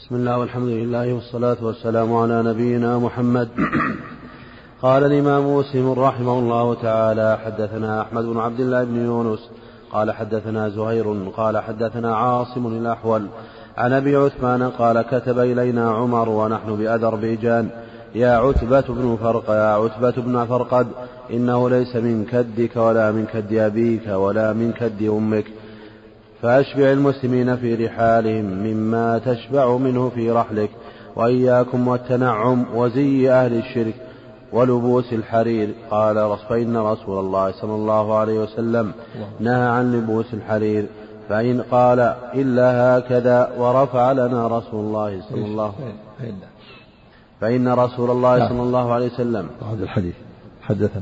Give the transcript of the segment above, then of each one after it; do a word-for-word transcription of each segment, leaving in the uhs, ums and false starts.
بسم الله والحمد لله والصلاة والسلام على نبينا محمد. قال الإمام مسلم رحمه الله تعالى: حدثنا أحمد بن عبد الله بن يونس قال حدثنا زهير قال حدثنا عاصم الأحول عن أبي عثمان قال: كتب إلينا عمر ونحن بأذربيجان: يا عتبة بن فرق يا عتبة بن فرقد إنه ليس من كدك ولا من كد أبيك ولا من كد أمك، فأشبع المسلمين في رحالهم مما تشبع منه في رحلك، وإياكم والتنعم وزي أهل الشرك ولبوس الحرير. قال: فإن رسول الله صلى الله عليه وسلم نهى عن لبوس الحرير. فإن قال: إلا هكذا، ورفع لنا رسول الله صلى الله عليه وسلم فإن رسول الله صلى الله عليه وسلم. هذا الحديث حدثنا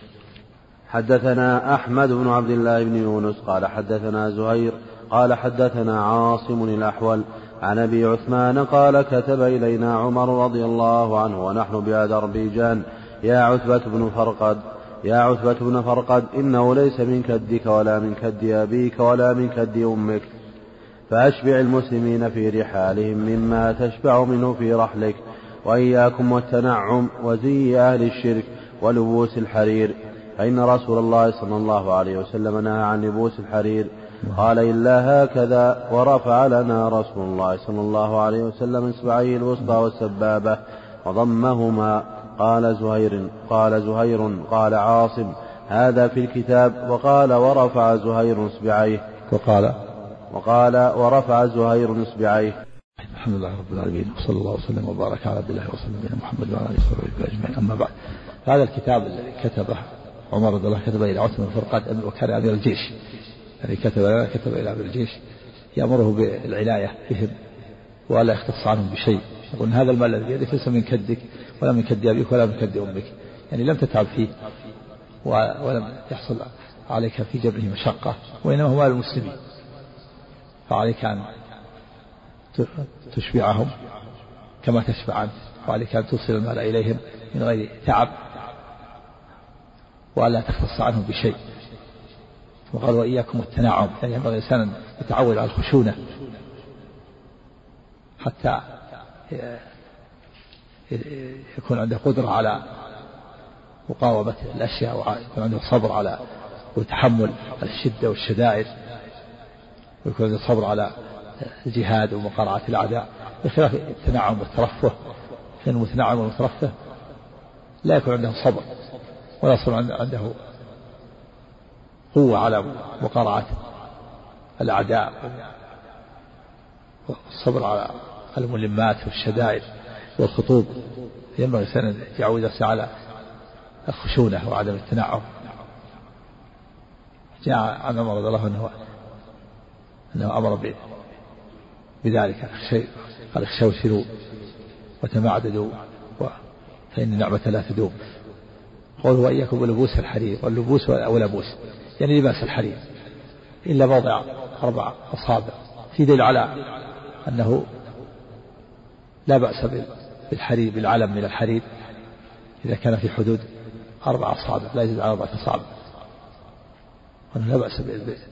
حدثنا أحمد بن عبد الله بن يونس قال حدثنا زهير قال حدثنا عاصم الأحول عن أبي عثمان قال: كتب إلينا عمر رضي الله عنه ونحن بأذربيجان: يا عتبة بن فرقد يا عتبة بن فرقد إنه ليس من كدك ولا من كد أبيك ولا من كد أمك، فأشبع المسلمين في رحالهم مما تشبع منه في رحلك، وإياكم والتنعم وزي أهل الشرك ولبوس الحرير، فإن رسول الله صلى الله عليه وسلم نهى عن لبوس الحرير. قال: إلا هكذا، ورفع لنا رسول الله صلى الله عليه وسلم إصبعيه الوسطى والسبابة وضمهما. قال زهير قال زهير قال عاصم: هذا في الكتاب. وقال: ورفع زهير إصبعيه وقال وقال ورفع زهير إصبعيه. الحمد لله رب العالمين، وصلى الله وسلم وبارك على عبد الله ورسوله محمد وعلى اله وصحبه اجمعين. اما بعد، هذا الكتاب الذي كتبه عمر رضي الله كتب الى عثمان بن فرقد وكان امير الجيش، يعني كتب كتب الى امير الجيش يامره بالعنايه بهم ولا يختص عنهم بشيء، يقول: هذا المال الذي بيدك ليس من كدك ولا من كد ابيك ولا من كد امك، يعني لم تتعب فيه ولم يحصل عليك في جبره مشقه، وانما هو مال المسلمين، فعليك ان تشبعهم كما تشبع أنت، وعليك أن توصل المال إليهم من غير تعب ولا تختص عنهم بشيء. وقال: وإياكم والتنعم، يعني ينبغي الإنسان أن يتعود على الخشونة حتى يكون عنده قدرة على مقاومة الأشياء، ويكون عنده صبر على وتحمل الشدة والشدائد، ويكون عنده صبر على الجهاد ومقارعة الأعداء، بخلاف التنعم والترفه، فإن المتنعم والمترفه لا يكون عنده صبر ولا يصل عنده قوة على مقارعة الأعداء والصبر على الملمات والشدائد والخطوب. ينبغي الإنسان أن يعود نفسه على الخشونة وعدم التنعم. جاء عن عمر رضي الله عنه أنه أمر به بذلك، قال: اخشوشروا وتمعددوا فإن النعمة لا تدوم. قوله: وإياكم ولبوس الحرير، واللبوس ولبوس يعني لباس الحرير، إلا موضع أربع أصابع، في دليل على أنه لا بأس بالحرير بالعلم من الحرير إذا كان في حدود أربع أصابع، لا يزيد على أربعة أصابع، وأنه لا بأس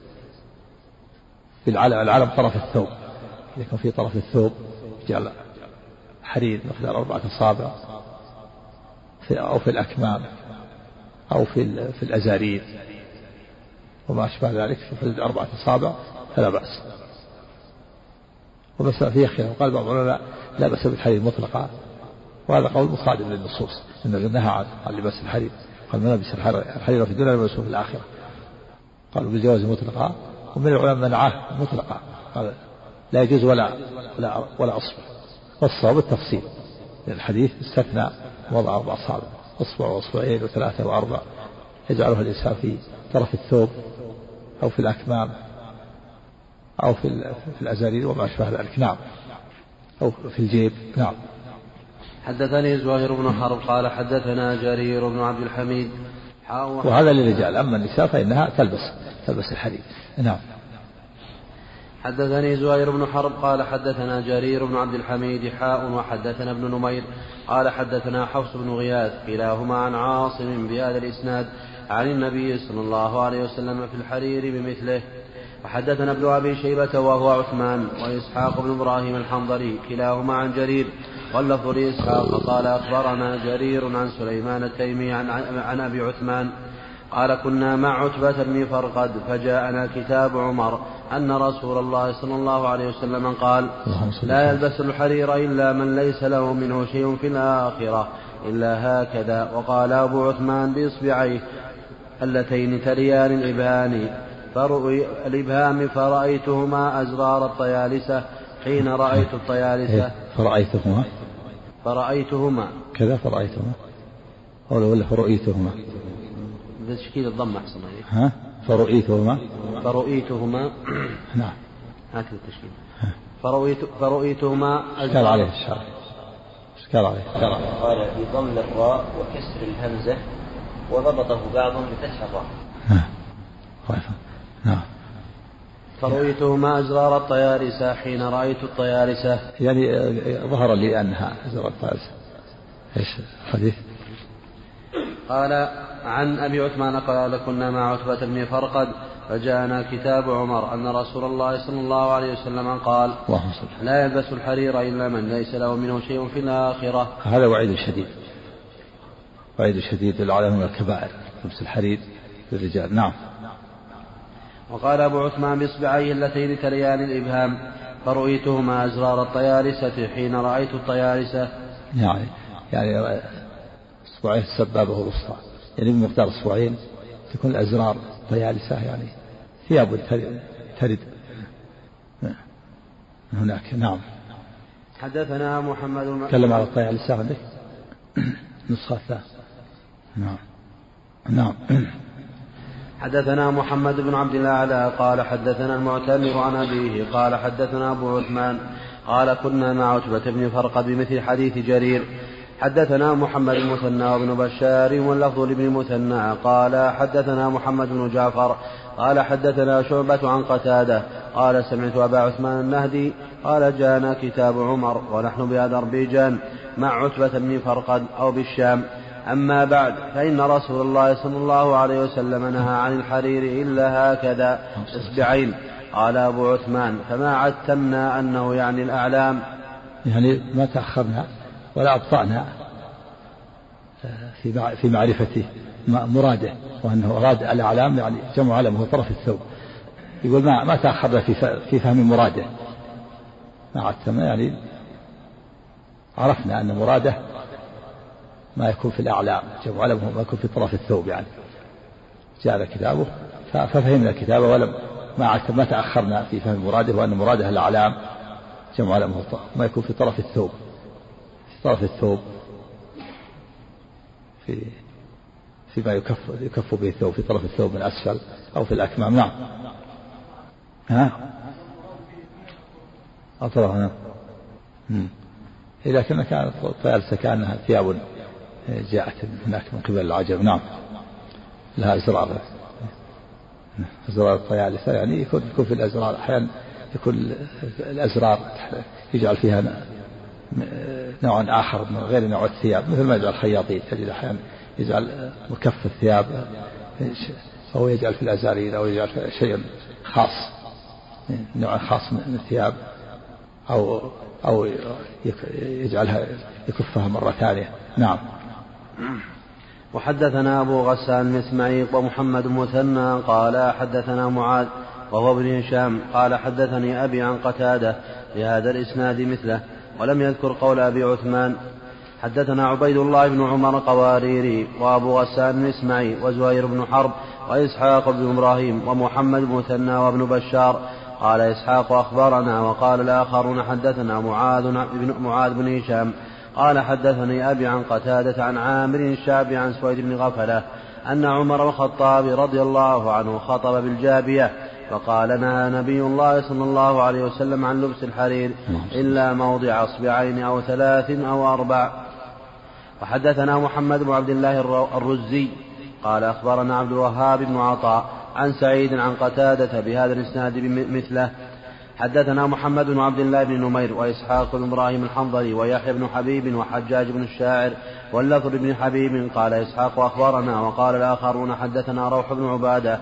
بالعلم. العلم طرف الثوب، إذا كان في طرف الثوب جعل حرير مقدار أربعة أصابع أو في الأكمام أو في في الأزارير وما أشبه ذلك في حدود أربعة أصابع فلا بأس. وبس فيه خلاف، وقال بعض العلماء لا بأس بالحرير مطلقا، وهذا قول مصادم للنصوص، إن نهى عن لباس الحرير، قال: ما لبس الحرير في الدنيا لبسه في الآخرة، قالوا بالجواز مطلقا. ومن العلماء منعه مطلقا، قال: لا يجوز ولا ولا ولا أصبع، والصواب التفصيل، لأن الحديث استثنى وضع أربع أصابع، أصبع وأصبعين وثلاثة وأربع، يجعلها الإنسان في طرف الثوب أو في الأكمام أو في في الأزارير وما أشبه ذلك، نعم، أو في الجيب، نعم. حدثني زهير بن حرب قال حدثنا جرير بن عبد الحميد. وهذا للرجال، أما النساء فإنها تلبس تلبس الحرير، نعم. حدثني زهير بن حرب قال حدثنا جرير بن عبد الحميد حاء وحدثنا ابن نمير قال حدثنا حفص بن غياث كلاهما عن عاصم بهذا الإسناد عن النبي صلى الله عليه وسلم في الحرير بمثله. وحدثنا ابن أبي شيبة وهو عثمان وإسحاق بن إبراهيم الحنظلي كلاهما عن جرير واللفظ لإسحاق قال أخبرنا جرير عن سليمان التيمي عن, عن أبي عثمان قال كنا مع عتبة بن فرقد فجاءنا كتاب عمر أن رسول الله صلى الله عليه وسلم قال لا يلبس الحرير إلا من ليس له منه شيء في الآخرة إلا هكذا. وقال أبو عثمان بإصبعيه اللتين تليان الإبهام فرؤي الإبهام فرأيتهما أزرار الطيالسة حين رأيت الطيالسة فرأيتهما فرأيتهما كذا فرأيتهما ولا ولا فرؤيتهما بتشكيل الضم أحسن ها فرؤيتهما فرؤيتهما نعم هكذا التشكيل فرؤيت فرؤيتهما أشكال عليه الشرع أشكال عليه قال بضم الراء وكسر الهمزة وضبطه بعضهم بفتح الراء نعم نعم فرؤيتهما أزرار الطيارسة حين رأيت الطيارسة يعني ظهر لي أنها أزرار الطيارسة. إيش الحديث؟ قال عن أبي عثمان قال كنا مع عتبة بن فرقد فجاءنا كتاب عمر أن رسول الله صلى الله عليه وسلم قال لا يلبس الحرير إلا من ليس له منه شيء في الآخرة. هذا وعيد شديد وعيد شديد للعالم من الكبائر لبس الحرير للرجال. نعم. وقال أبو عثمان بإصبعيه اللتين تليان الإبهام فرؤيتهما أزرار الطيارسة حين رأيت الطيارسة يعني يعني أصبعيه السبابة والوسطى يعني بمقدار أصبعين تكون الأزرار طيالسة يعني ثياب ترد هناك. نعم. حدثنا محمد تكلم على الطيالسة عندك نسخة ثانية. نعم نعم. حدثنا محمد بن عبد الأعلى قال حدثنا المعتمر عن أبيه قال حدثنا أبو عثمان قال كنا مع عتبة بن فرقد بمثل حديث جرير. حدثنا محمد المثنى وابن بشار واللفظ لابن المثنى قال حدثنا محمد بن جعفر قال حدثنا شعبة عن قتادة قال سمعت أبا عثمان النهدي قال جاءنا كتاب عمر ونحن بأذربيجان مع عتبة بن فرقد أو بالشام. أما بعد فإن رسول الله صلى الله عليه وسلم نهى عن الحرير إلا هكذا إصبعين. قال أبو عثمان فما عتمنا أنه يعني الأعلام يعني ما تأخرنا ولا أبطأنا في في معرفة مراده وأنه أراد الأعلام يعني جمع علم هو طرف الثوب. يقول ما ما تأخرنا في في فهم مراده ما عتمنا يعني عرفنا أن مراده ما يكون في الأعلام جمع علم ما يكون في طرف الثوب يعني جاء كتابه ففهمنا كتابه ولم ما ما تأخرنا في فهم مراده وأن مراده الأعلام جمع علم ما يكون في طرف الثوب في طرف الثوب في فيما يكف يكف به الثوب في طرف الثوب من أسفل أو في الأكمام. نعم. ها أطرافنا إذا كان كانت طيالسة كأنها ثياب جاءت هناك من قبل العجم. نعم. لها أزرار أزرار الطيالسة يعني يكون يكون في الأزرار أحيانا يكون الأزرار يجعل فيها نوع آخر من غير نوع الثياب مثل ما يجعل الخياطين تجد أحيانا يجعل مكف الثياب أو يجعل في الأزارين أو يجعل في شيء خاص نوع خاص من الثياب أو أو يجعلها يكفها مرة ثانية. نعم. وحدثنا أبو غسان المسمعي ومحمد المثنى قال حدثنا معاذ وهو ابن هشام قال حدثني أبي عن قتادة بهذا الإسناد مثله ولم يذكر قول أبي عثمان. حدثنا عبيد الله بن عمر قواريري وأبو غسان المسمعي وزهير بن حرب وإسحاق بن إبراهيم ومحمد بن مثنى وابن بشار قال إسحاق أخبرنا وقال الآخرون حدثنا معاذ بن معاذ بن هشام قال حدثني أبي عن قتادة عن عامر الشعبي عن سويد بن غفلة أن عمر الخطاب رضي الله عنه خطب بالجابية فقال نهى نبي الله صلى الله عليه وسلم عن لبس الحرير إلا موضع أصبعين أو ثلاث أو أربع. وحدثنا محمد بن عبد الله الرزي قال أخبرنا عبد الوهاب بن عطاء عن سعيد عن قتادة بهذا الإسناد مثله. حدثنا محمد بن عبد الله بن نمير وإسحاق بن إبراهيم الحنظلي ويحيى بن حبيب وحجاج بن الشاعر واللفظ بن حبيب قال إسحاق أخبرنا وقال الآخرون حدثنا روح بن عبادة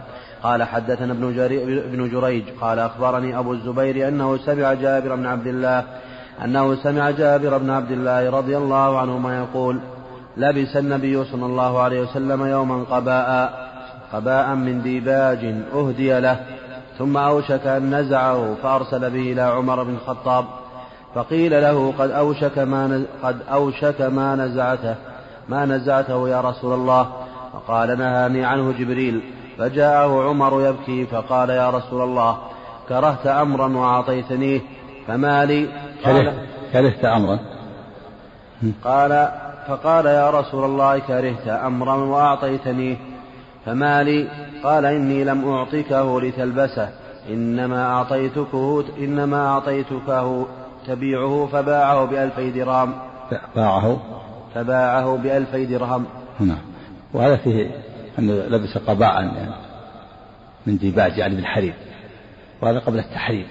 قال حدثنا ابن, ابن جريج قال أخبرني أبو الزبير أنه سمع جابر بن عبد الله أنه سمع جابر بن عبد الله رضي الله عنهما يقول لبس النبي صلى الله عليه وسلم يوما قباء قباء من ديباج أهدي له ثم أوشك أن نزعه فأرسل به إلى عمر بن الخطاب فقيل له قد أوشك ما, قد أوشك ما نزعته ما نزعته يا رسول الله فقال نهاني عنه جبريل فجاءه عمر يبكي فقال يا رسول الله كرهت أمرا وأعطيتنيه فما لي قال كرهت أمرا قال فقال يا رسول الله كرهت أمرا وأعطيتنيه فما لي قال إني لم أعطيكه لتلبسه إنما أعطيتكه إنما أعطيتكه تبيعه فباعه بألفي درهم باعه فباعه بألفي درهم. نعم. وهذا فيه أنه لبس قباء يعني من ديباج يعني من حرير وهذا قبل التحريم.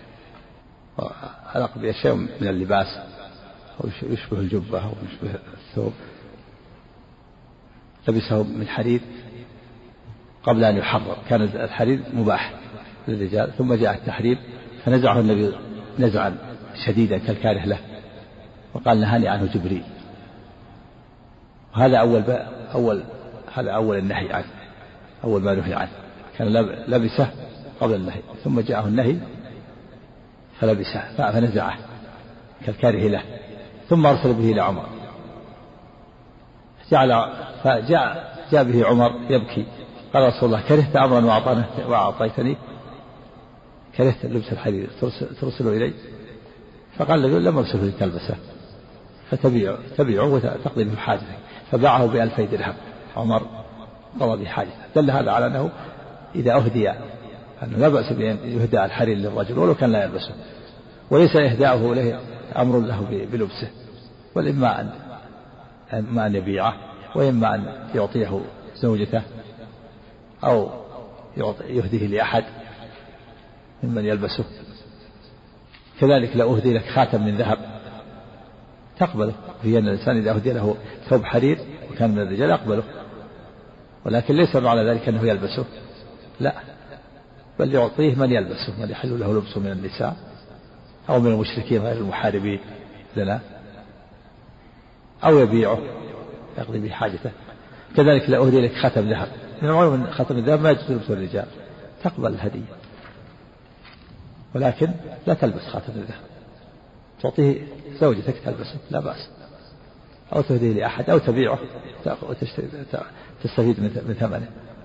هذا قبل شيء من اللباس أو يشبه الجبة أو يشبه الثوب لبسه من حرير قبل أن يحرر. كان الحرير مباح للرجال ثم جاء التحريم فنزعه النبي نزعا شديدا كالكاره له وقال نهاني عنه جبريل. هذا أول أول هذا أول النهي عنه أول ما نهي عنه كان لبسه قبل النهي ثم جاءه النهي فلبسه فنزعه كالكاره له ثم أرسل به إلى عمر جعل فجاء جاء به عمر يبكي قال رسول الله كرهت أمرا وأعطيتني كرهت لبس الحرير ترسله إلي فقال له لم أرسله لتلبسه فتبيعه تبيعه وتقضي به حاجته فباعه بألفي درهم. عمر قضى به حاجته. دل هذا على أنه إذا أهدي أنه لا بأس بأن يهدى الحرير للرجل ولو كان لا يلبسه وليس إهداؤه له أمر له بلبسه والإما أن إما أن يبيعه وإما أن يعطيه زوجته أو يهديه لأحد ممن يلبسه. كذلك لو أهدي لك خاتم من ذهب تقبله في أن الإنسان إذا أهدي له ثوب حرير وكان من الرجال يقبله ولكن ليس على ذلك أنه يلبسه لا بل يعطيه من يلبسه من يحل له لبسه من النساء أو من المشركين غير المحاربين لنا أو يبيعه يقضي به حاجته. كذلك لو أهدي لك خاتم ذهب من المعلوم أن خاتم الذهب ما يجوز لبسه الرجال تقبل الهدية ولكن لا تلبس خاتم الذهب تعطيه زوجتك تلبسه لا بأس أو تهديه لأحد أو تبيعه تستفيد من ثمنه.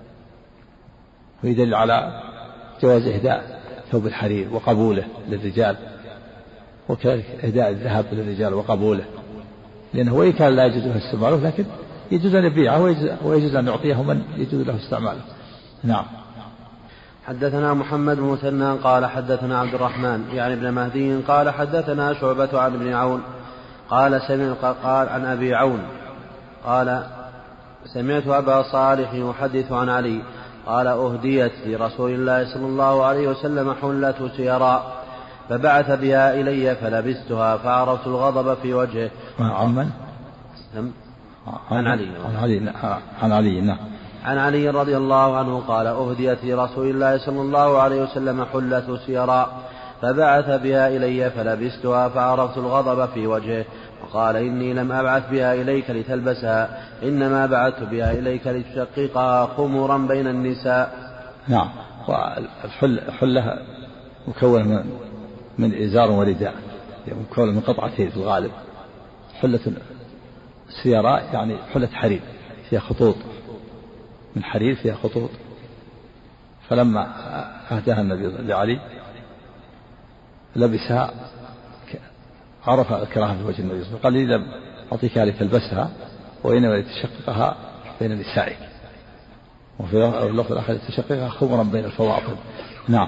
ويدل على جواز إهداء ثوب الحرير وقبوله للرجال وكذلك إهداء الذهب للرجال وقبوله لأنه وإن كان لا يجوز له استعماله لكن يجوز أن يبيعه ويجوز أن يعطيه من يجوز له استعماله. نعم. حدثنا محمد بن مثنى قال حدثنا عبد الرحمن يعني ابن مهدي قال حدثنا شعبة عن ابن عون قال سمع قال عن أبي عون قال سمعت أبا صالح يحدث عن علي قال أهديت لرسول الله صلى الله عليه وسلم حلة سيراء فبعث بها إلي فلبستها فعرفت الغضب في وجهه. عن من؟ عن علي عن علي عن علي نعم عن علي رضي الله عنه قال أهديت لرسول الله صلى الله عليه وسلم حلة سيراء فبعث بها إلي فلبستها فعرفت الغضب في وجهه وقال إني لم أبعث بها إليك لتلبسها إنما بعثت بها إليك لتشققها خمرا بين النساء. نعم. والحلة مكونة من, من إزار ورداء مكونة من قطعتين في الغالب. حلة سيراء يعني حلة حرير فيها خطوط من حرير فيها خطوط فلما أهداها النبي لعلي لبسها عرف الكراهة في وجه النبي صلى الله عليه وسلم قال لي لم أعطيكها لتلبسها وإنما لتشققها بين نسائك وفي اللفظ الآخر لتشققها خمرا بين الفواطم. نعم.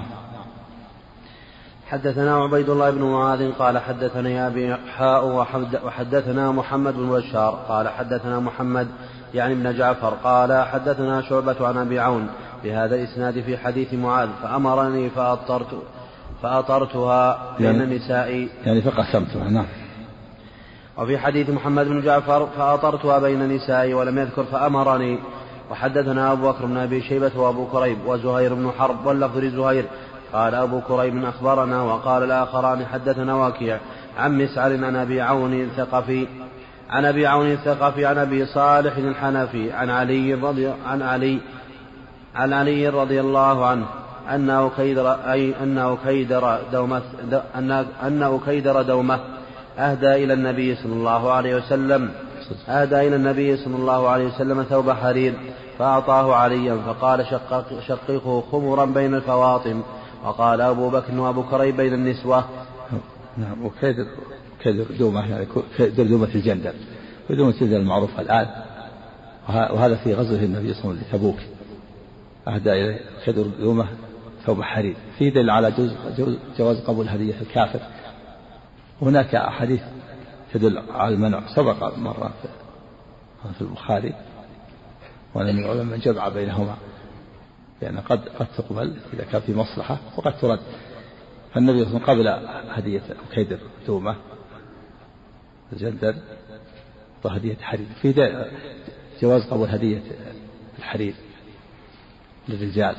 حدثنا عبيد الله بن معاذ قال حدثنا أبي حاء وحدثنا محمد بن بشار قال حدثنا محمد يعني ابن جعفر قال حدثنا شعبة عن أبي عون بهذا الإسناد في حديث معاذ فأمرني فأطرت فأطرتها بين يعني نسائي يعني فقسمتها. نعم. وفي حديث محمد بن جعفر فأطرتها بين نسائي ولم يذكر فأمرني وحدثنا أبو بكر بن أبي شيبة وأبو كريب وزهير بن حرب واللفظ لزهير قال أبو كريب أخبرنا وقال الآخران حدثنا وكيع عن مسعر عن أبي عون الثقفي عن أبي عون الثقفي عن أبي صالح الحنفي عن علي رضي عن علي عن علي رضي الله عنه أن أكيدر أي أن أكيدر دومة أن أكيدر دومة أهدى إلى النبي صلى الله عليه وسلم أهدى إلى النبي صلى الله عليه وسلم ثوب حرير فأعطاه عليا فقال شقق شققه خمرا بين الفواطم وقال أبو بكر وأبو كريب بين النسوة. نعم. وكيدر كيدر دومة يعني كيدر دومة الجندل ودومة الجندل المعروفة الآن وهذا في غزوة النبي صلى الله عليه وسلم لتبوك أهدى إلى كيدر دومة ثوب حرير فيه دليل على جوز جواز قبول هدية الكافر. هناك أحاديث تدل على المنع سبق مرة في البخاري وأن من العلماء من جمع بينهما لأن يعني قد قد تقبل إذا كان في مصلحة وقد ترد. فالنبي صلى الله عليه وسلم قبل هدية كيدر دومة الجندل وهدية حرير في جواز قبول هدية الحرير للرجال.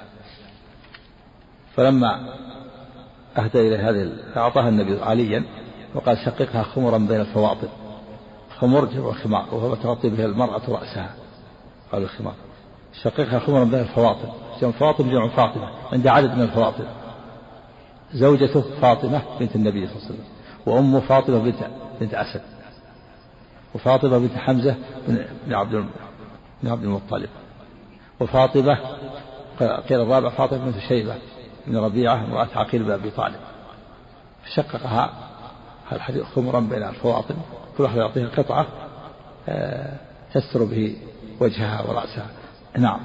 فلما أهدى إلى هذه أعطاها النبي عليا وقال شققها خمرا بين الفواطم. خمر جمع خمار وهو تغطي به المرأة رأسها قال الخمار شققها خمرا بين الفواطم. جمع فواطم جمع فاطمة عند عدد من الفواطم. زوجته فاطمة بنت النبي صلى الله عليه وسلم وأمه فاطمة بنت بنت أسد وفاطمة بنت حمزة بن عبد بن عبد المطلب وفاطمة قيل الرابع فاطمة بنت شيبة بن ربيعة امرأة عقيل بن أبي طالب. فشققها الحديث خمرا بين الفواطم كل واحد يعطيها قطعة تستر به وجهها ورأسها. نعم.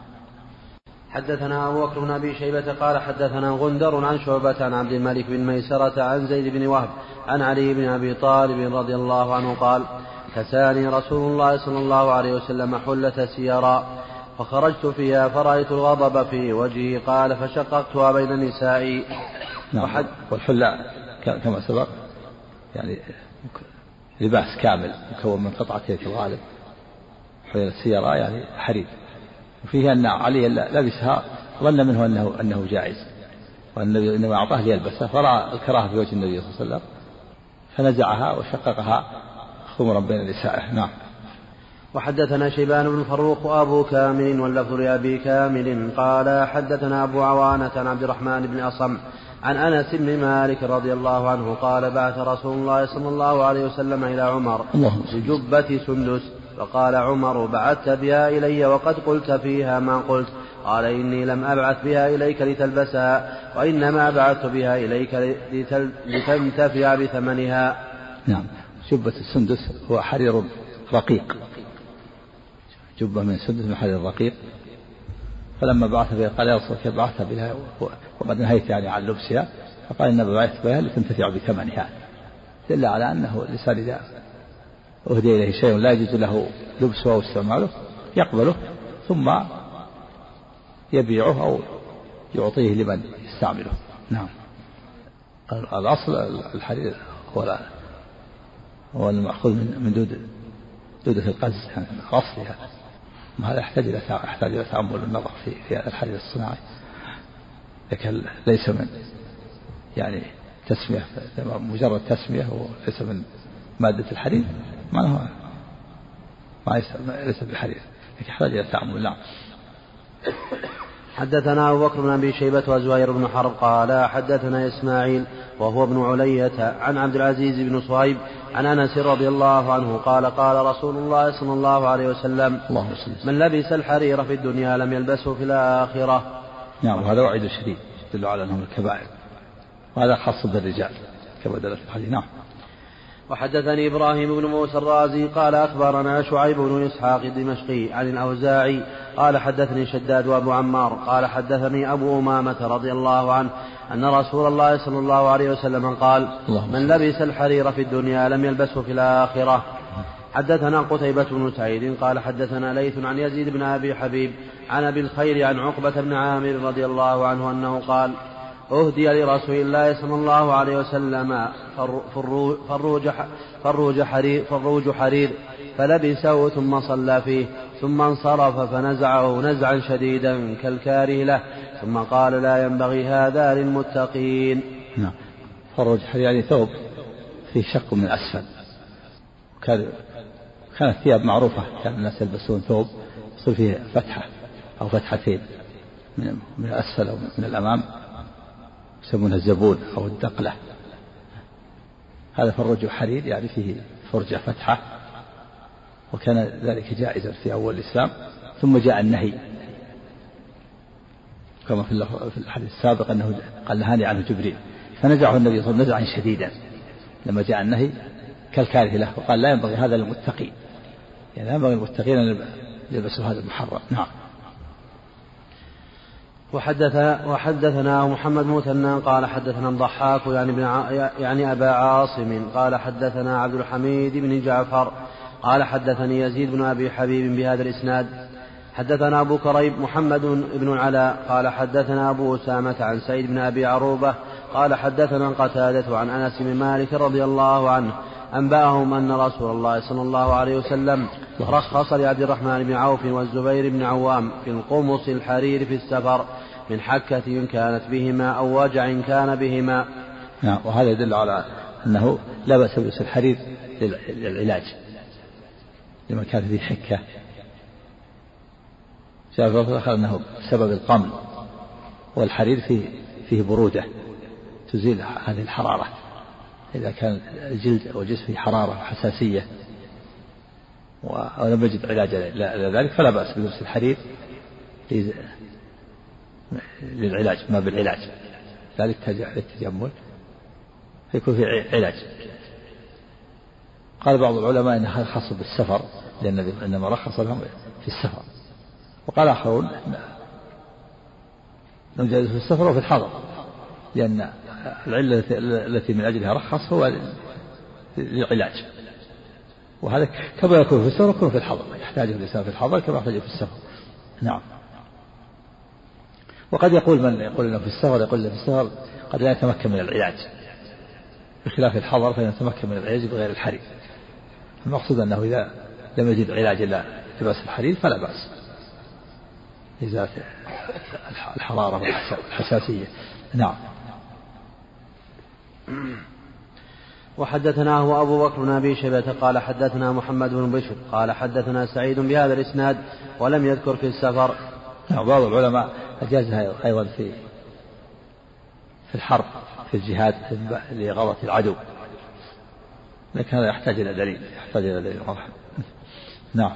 حدثنا أبو بكر بن أبي شيبة قال حدثنا غندر عن شعبة عن عبد الملك بن ميسرة عن زيد بن وهب عن علي بن أبي طالب رضي الله عنه قال كساني رسول الله صلى الله عليه وسلم حلة سيراء فخرجت فيها فرأيت الغضب في وجهي قال فشققتها بين نسائي. نعم. وحد والحلة كما سبق يعني لباس كامل مكون من قطعتين في الغالب. حلة السيراء يعني حرير وفيه أن علي لبسها ظن منه أنه أنه جائز والنبي إنما أعطاه ليلبسها فرأى الكراهة في وجه النبي صلى الله عليه وسلم فنزعها وشققها خمرا بين نسائه. نعم. وحدثنا شيبان بن فروخ وأبو كامل واللفظ لأبي كامل قال حدثنا أبو عوانة عن عبد الرحمن بن أصم عن أنس بن مالك رضي الله عنه قال بعث رسول الله صلى الله عليه وسلم إلى عمر بجبة سندس فقال عمر بعثت بها إلي وقد قلت فيها ما قلت قال إني لم أبعث بها إليك لتلبسها وإنما بعثت بها إليك لتنتفع بثمنها. نعم. جبة السندس هو حرير رقيق جبة من سندس من حرير رقيق. فلما بعث بها قال يا رسول الله بعثت بها وقد نهيت يعني عن لبسها فقال إنما بعثت بها لتنتفع بثمنها دل على أنه لسان إذا أهدي إليه شيء لا يجوز له لبسه أو استعماله يقبله ثم يبيعه أو يعطيه لمن يستعمله. نعم. الأصل الحرير هو هو المأخوذ من دود دودة القز يعني أصلها. هذا يحتاج إلى يحتاج إلى تأمل النظر في في الحرير الصناعي لكن ليس من يعني تسمية مجرد تسمية وليس من مادة الحرير ما هو ما ليس بالحرير لكن يحتاج إلى تأمل. نعم. حدثنا أبو بكر بن أبي شيبة وزهير بن حرب قال حدثنا إسماعيل وهو ابن علية عن عبد العزيز بن صهيب عن أنس رضي الله عنه قال قال رسول الله صلى الله عليه وسلم من لبس الحرير في الدنيا لم يلبسه في الآخرة. نعم. وهذا وعيد شديد يدل على أنهم الكبائر وهذا خاص بالرجال كما دلت الحديث. نعم. وحدثني إبراهيم بن موسى الرازي قال أخبرنا شعيب بن إسحاق الدمشقي عن الأوزاعي قال حدثني شداد وأبو عمار قال حدثني أبو أمامة رضي الله عنه أن رسول الله صلى الله عليه وسلم قال من لبس الحرير في الدنيا لم يلبسه في الآخرة. حدثنا قتيبة بن سعيد قال حدثنا ليث عن يزيد بن أبي حبيب عن أبي الخير عن عقبة بن عامر رضي الله عنه أنه قال أهدي لرسول الله صلى الله عليه وسلم فروج, فروج, حرير, فروج حرير فلبسه ثم صلى فيه ثم انصرف فنزعه نزعا شديدا كالكاره له ثم قال لا ينبغي هذا للمتقين. نعم. فروج حرير يعني ثوب فيه شق من أسفل، كانت ثياب معروفة كان الناس يلبسون ثوب يصير فيه فتحة أو فتحتين من الأسفل أو من الأمام يسمونها الزبون أو الدقلة. هذا فروج حرير يعني فيه فرجة فتحة، وكان ذلك جائزا في أول الإسلام، ثم جاء النهي كما في الحديث السابق أنه قال نهاني عنه جبريل فنزعه النبي صلى الله عليه وسلم نزعا شديدا لما جاء النهي كالكاره له، وقال لا ينبغي هذا للمتقين، يعني لا ينبغي للمتقين أن يلبسوا هذا المحرم. نعم. وحدث وحدثنا محمد مثنى قال حدثنا الضحاك يعني, ابن يعني أبا عاصم قال حدثنا عبد الحميد بن جعفر قال حدثني يزيد بن أبي حبيب بهذا الإسناد. حدثنا أبو كريب محمد بن العلاء قال حدثنا أبو أسامة عن سعيد بن أبي عروبة قال حدثنا قتادة عن أنس بن مالك رضي الله عنه أنبأهم أن رسول الله صلى الله عليه وسلم رخص لعبد الرحمن بن عوف والزبير بن عوام في القمص الحرير في السفر من حكة كانت بهما أو وجع كان بهما. نعم. وهذا يدل على أنه لا بأس بلبس الحرير للعلاج لما كانت فيه حكة. جاء في الآخر أنه سبب القمل، والحرير فيه فيه برودة تزيل هذه الحرارة إذا كان الجلد أو الجسم فيه حرارة وحساسية ولم يجد علاجا لذلك فلا بأس بلبس الحرير للعلاج ما بالعلاج ذلك للتجمل يكون في علاج. قال بعض العلماء أنه خاص بالسفر لأن إنما رخص لهم في السفر، وقال آخرون نجاز في السفر وفي الحضر لأن العلة التي من أجلها رخص هو للعلاج، وهذا كما يكون في السفر يكون في الحضر، يحتاجه الإنسان في الحضر كما يحتاجه في السفر. نعم. وقد يقول من يقول انه في السفر يقول انه في السفر قد لا يتمكن من العلاج بخلاف الحضر فيتمكن من العلاج بغير الحرير. المقصود انه اذا لم يجد علاج الا لباس الحرير فلا باس لإزالة الحرارة والحساسية. نعم. وحدثناه أبو بكر بن أبي شيبة قال حدثنا محمد بن بشر قال حدثنا سعيد بهذا الإسناد ولم يذكر في السفر. بعض العلماء أجازها أيضا في في الحرب في الجهاد لغضة العدو، لكن هذا يحتاج إلى دليل يحتاج إلى دليل واضح. نعم.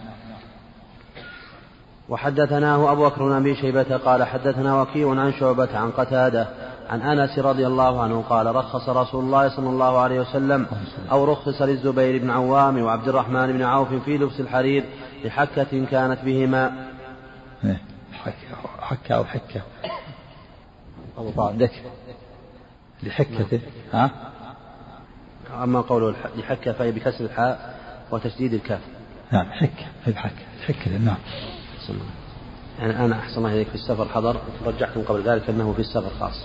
وحدثناه أبو بكر بن أبي شيبة قال حدثنا وكيع عن شعبة عن قتادة عن أنس رضي الله عنه قال رخص رسول الله صلى الله عليه وسلم أو رخص للزبير بن عوام وعبد الرحمن بن عوف في لبس الحرير لحكة كانت بهما. حكة أو حكة أو عندك لحكته. ها. أما قوله لحكة فهي بكسر الحاء وتشديد الكاف. نعم. حكة هي بحكة حكة. نعم. يعني أنا أحسن الله إليك في السفر حضر رجعتم قبل ذلك أنه في السفر خاص.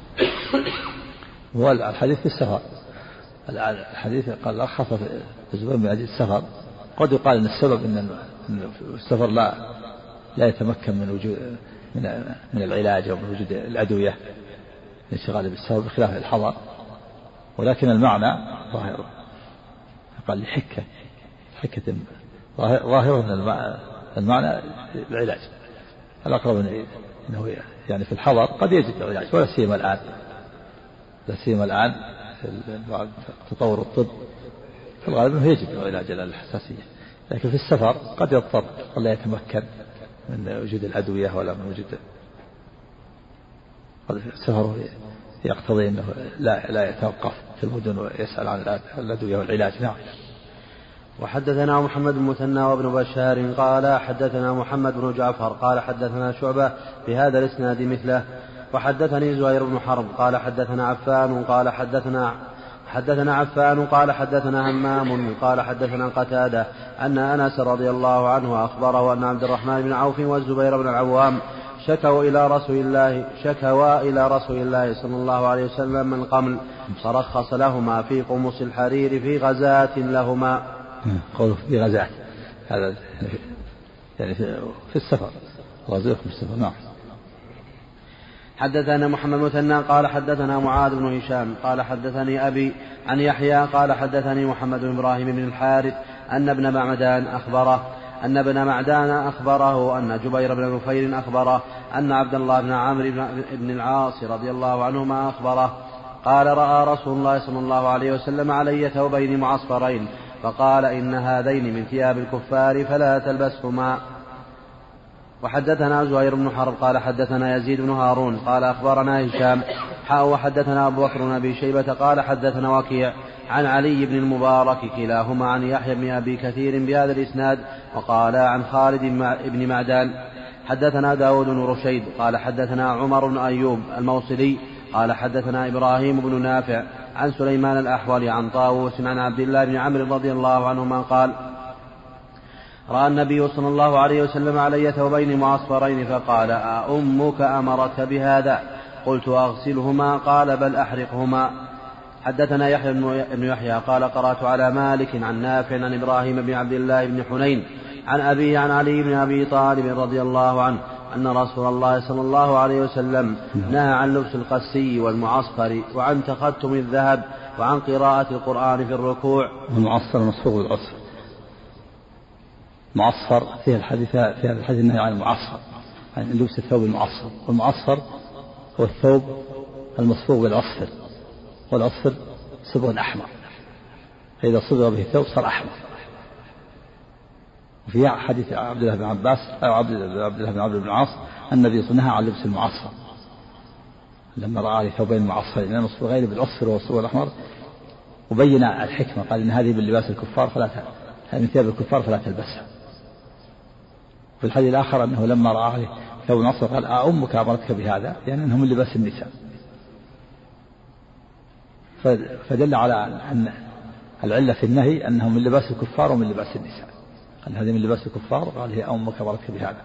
هو الحديث في السفر الحديث قال رخص في الزبير من أجل السفر. قد يقال أن السبب أن السفر لا لا يتمكن من وجود من من العلاج أو من وجود الأدوية الانشغال بالسفر بخلاف الحضر، ولكن المعنى ظاهر. قال لحكة حكة ظاهر أن المعنى العلاج الأقرب أنه يعني في الحضر قد يجد العلاج ولا سيما الآن لا سيما الآن بعد تطور الطب في الغالب أنه يجد العلاج للحساسية، لكن في السفر قد يضطر ولا يتمكن من وجود الأدوية ولا من وجود السفر يقتضي أنه لا لا يتوقف في المدن ويسأل عن الأدوية والعلاج. نعم. وحدثنا محمد بن مثنى وابن بشار قال حدثنا محمد بن جعفر قال حدثنا شعبة بهذا الاسناد مثله. وحدثني زهير بن حرب قال حدثنا عفان قال حدثنا حدثنا عفان قال حدثنا همام قال حدثنا قتادة أن أنس رضي الله عنه أخبره أن عبد الرحمن بن عوف والزبير بن العوام شكوا إلى رسول الله شكوا إلى رسول الله صلى الله عليه وسلم من قمل فرخص لهما في قمص الحرير في غزاة لهما. قوله في غزاة هذا يعني في السفر غزوة في السفر. نعم. حدثنا محمد مثنى قال حدثنا معاذ بن هشام قال حدثني أبي عن يحيى قال حدثني محمد بن إبراهيم بن الحارث أن ابن معدان أخبره أن ابن معدان أخبره أن جبير بن نفير أخبره أن عبد الله بن عمرو بن العاص رضي الله عنهما أخبره قال رأى رسول الله صلى الله عليه وسلم علي ثوبين معصفرين فقال إن هذين من ثياب الكفار فلا تلبسهما. وحدثنا زهير بن حرب قال حدثنا يزيد بن هارون قال أخبرنا هشام حاء وحدثنا أبو بكر بن أبي شيبة قال حدثنا وكيع عن علي بن المبارك كلاهما عن يحيى بن أبي كثير بهذا الإسناد وقال عن خالد بن معدان. حدثنا داود بن رشيد قال حدثنا عمر بن أيوب الموصلي قال حدثنا إبراهيم بن نافع عن سليمان الأحول عن طاووس عن عبد الله بن عمرو رضي الله عنهما قال رأى النبي صلى الله عليه وسلم علي ثوبين معصفرين فقال أأمك أمرت بهذا؟ قلت أغسلهما قال بل أحرقهما. حدثنا يحيى بن يحيى قال قرأت على مالك عن نافع عن إبراهيم بن عبد الله بن حنين عن أبي عن علي بن أبي طالب رضي الله عنه أن رسول الله صلى الله عليه وسلم نهى عن لبس القسي والمعصفر وعن تختم الذهب وعن قراءة القرآن في الركوع. المعصفر مصفوغ بالعصفر معصفر فيها الحديث في هذا الحديث النهي عن المعصفر عن يعني لبس الثوب المعصفر والمعصفر هو الثوب المصفوغ بالعصفر والعصفر صبغ أحمر فإذا صبغ به الثوب صار أحمر. وفي حديث عبد الله بن عباس أو عبد الله بن عبد بن العاص النبي صلى الله عليه وسلم عن لبس المعصفر لما رأى ثوبين معصفرين مصبوغين بالعصفر والصبغ الأحمر وبين الحكمة قال إن هذه من لباس الكفار فلا من ثياب الكفار فلا تلبسها. في الحديث الآخر أنه لما رأى ثوب معصفر قال أأمك أمرتك بهذا يعني أنهم من لباس النساء فدل على أن العلة في النهي أنهم من لباس الكفار ومن لباس النساء قال هذه من لباس الكفار قال هي أمك أمرتك بهذا.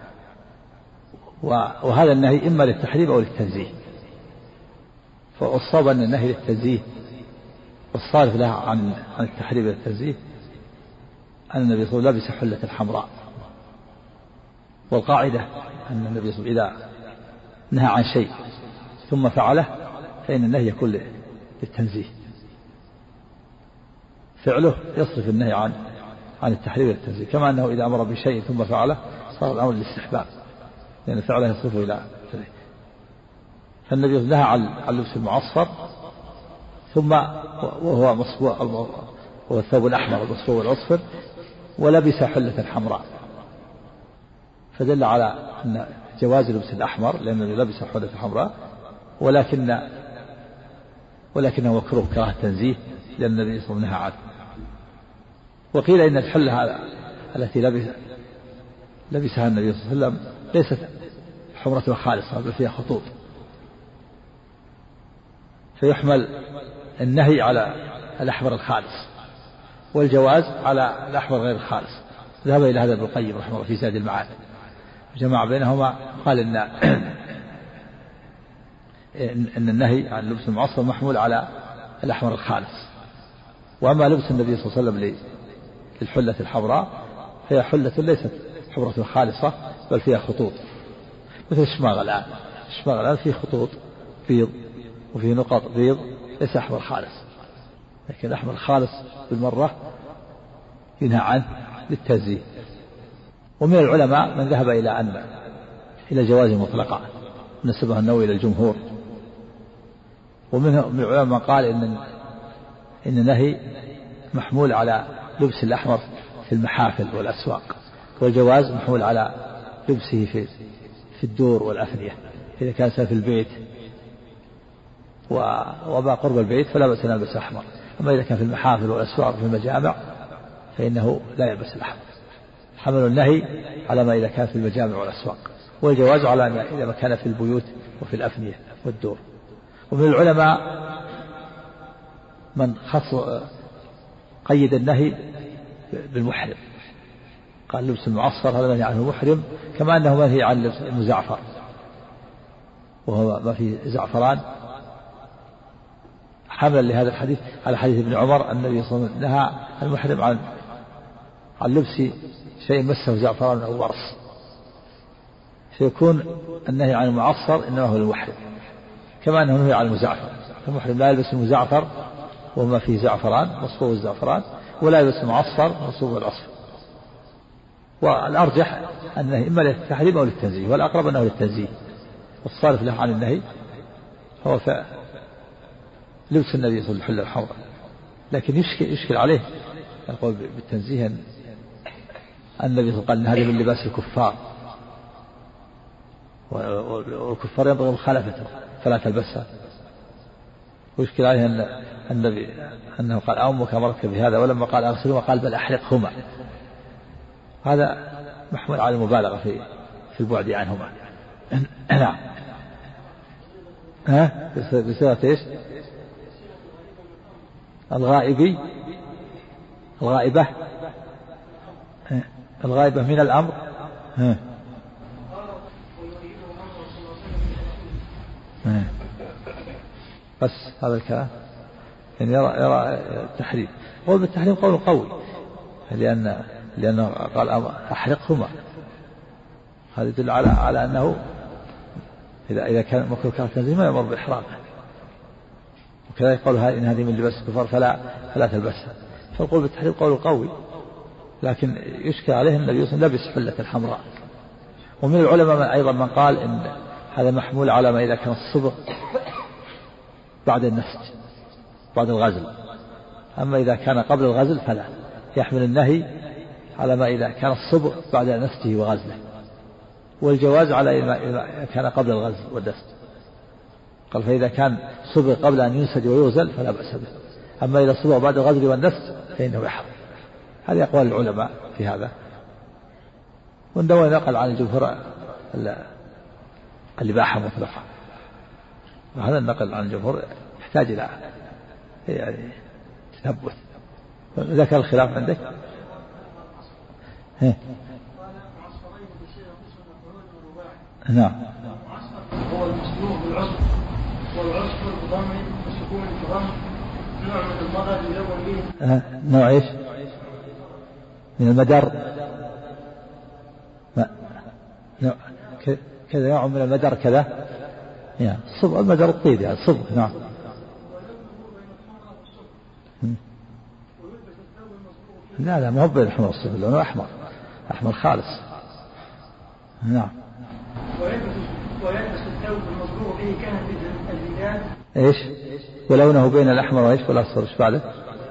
وهذا النهي إما للتحريم أو للتنزيه فالصواب أن النهي للتنزيه والصارف له عن عن التحريم والتنزيه أن النبي صلى الله عليه وسلم لبس حلة الحمراء. والقاعدة أن النبي صلى الله عليه وسلم إذا نهى عن شيء ثم فعله فإن النهي يكون للتنزيه فعله يصرف النهي عن عن التحريم والتنزيه كما أنه إذا أمر بشيء ثم فعله صار الأمر للاستحباب لأن فعله يصرفه إلى فعله. فالنبي نهى عن لبس المعصفر ثم وهو مصبوغ وهو الثوب الأحمر المصبوغ الأصفر ولبس حلة حمراء فدل على أن جواز لبس الأحمر لأنه لبس حلة حمراء ولكن ولكنه مكروه كراهة تنزيه لأن النبي صلى الله عليه وسلم نهى عنه. وقيل إن الحلة التي لبس لبسها النبي صلى الله عليه وسلم ليست حمرة خالصة بل فيها خطوط فيحمل النهي على الأحمر الخالص والجواز على الأحمر غير الخالص. ذهب إلى هذا ابن القيم رحمه الله في زاد المعاد جمع بينهما قال إن إن النهي عن لبس المعصفر محمول على الأحمر الخالص. وأما لبس النبي صلى الله عليه وسلم للحلة الحمراء هي حلة ليست حمرة خالصة بل فيها خطوط مثل الشماغ الآن الشماغ الآن فيه خطوط بيض وفيه نقاط بيض ليس أحمر خالص لكن الأحمر الخالص بالمرة ينهى عنه للتنزيه. ومن العلماء من ذهب إلى أن إلى جواز مطلقة نسبه النووي إلى الجمهور. ومن من العلماء من قال إن إن النهي محمول على لبس الأحمر في المحافل والأسواق والجواز محمول على لبسه في في الدور والأفنية إذا كان في البيت وما قرب البيت فلا بأس أن يلبس أحمر. أما إذا كان في المحافل والأسواق وفي المجامع فإنه لا يلبس الأحمر. حمل النهي على ما إذا كان في المجامع والأسواق والجواز على أن إذا كان في البيوت وفي الأفنية والدور. ومن العلماء من خص قيد النهي بالمحرم قال لبس المعصفر هذا منهي عنه محرم كما أنه منهي عن لبس المزعفر وهو ما فيه زعفران، حملا لهذا الحديث على حديث ابن عمر النبي صلى الله عليه وسلم نهى المحرم عن عن لبس شيء مسه زعفران أو ورص، فيكون النهي عن المعصر إنما هو المحرم، كما أنه نهي عن المزعفر. المحرم لا يلبس المزعفر وما فيه زعفران مصفوف الزعفران، ولا يلبس المعصر مصفوف العصفر. والأرجح أنه إما للتحريم أو للتنزيه، والأقرب أنه للتنزيه، والصارف له عن النهي هو لبس النبي صلى الله عليه وسلم الحلة الحمراء. لكن يشكل, يشكل عليه يقول بالتنزيه أن النبي صلى الله عليه وسلم قال هذا من لباس الكفار، والكفار ينبغي مخالفته فلا تلبسها. ويشكل عليه أن النبي أنه قال أمك أمرتك بهذا، ولما قال أغسلهما قال بل أحرقهما. هذا محمول على المبالغة في في البعد عنهما. نعم. ها بصيغة ايش؟ الغائبي الغائبة الغائبة من الأمر. ها. ها. بس هذا الكلام يعني يرى يرى التحريم. قول بالتحريم قول قوي، لأن لأنه قال أحرقهما، هذا يدل على على أنه إذا إذا كان مكروه كان تنزيه ما يمر بإحراقه. وكذلك قول إن هذه من لباس الكفار فلا فلا تلبسها. فالقول بالتحريم قول قوي، لكن يشكل عليه النبي صلى الله عليه وسلم لبس حلة حمراء. ومن العلماء أيضا من قال إن هذا محمول على ما إذا كان الصبغ بعد النسج بعد الغزل، أما إذا كان قبل الغزل فلا، يحمل النهي على ما إذا كان الصبغ بعد نسجه وغزله، والجواز على إذا كان قبل الغزل والنسج. قال فإذا كان صبغ قبل أن ينسج ويغزل فلا بأس به، أما إذا صبغ بعد الغزل والنسج فإنه يحرم. هذه أقوال العلماء في هذا. والنووي نقل عن الجمهور الإباحة مطلقة، وهذا النقل عن الجمهور يحتاج إلى يعني تثبت. ذكر الخلاف عندك. هي. نعم. هو المسلوق بالعصر والعصر بضم وسكون الضم نوع من المضاد يلون به. نوع ايش؟ من المدر. ما نوع كذا نوع من المدر كذا. يعني صبغ المدر الطيب يعني صبغ. نعم. لا لا ما هو بالأحمر والصفر، لونه أحمر أحمر خالص. نعم. ويلبس الثوب المصبوغ به كان في البلاد ايش؟ ولونه بين الأحمر وايش والاصفر ايش بعده؟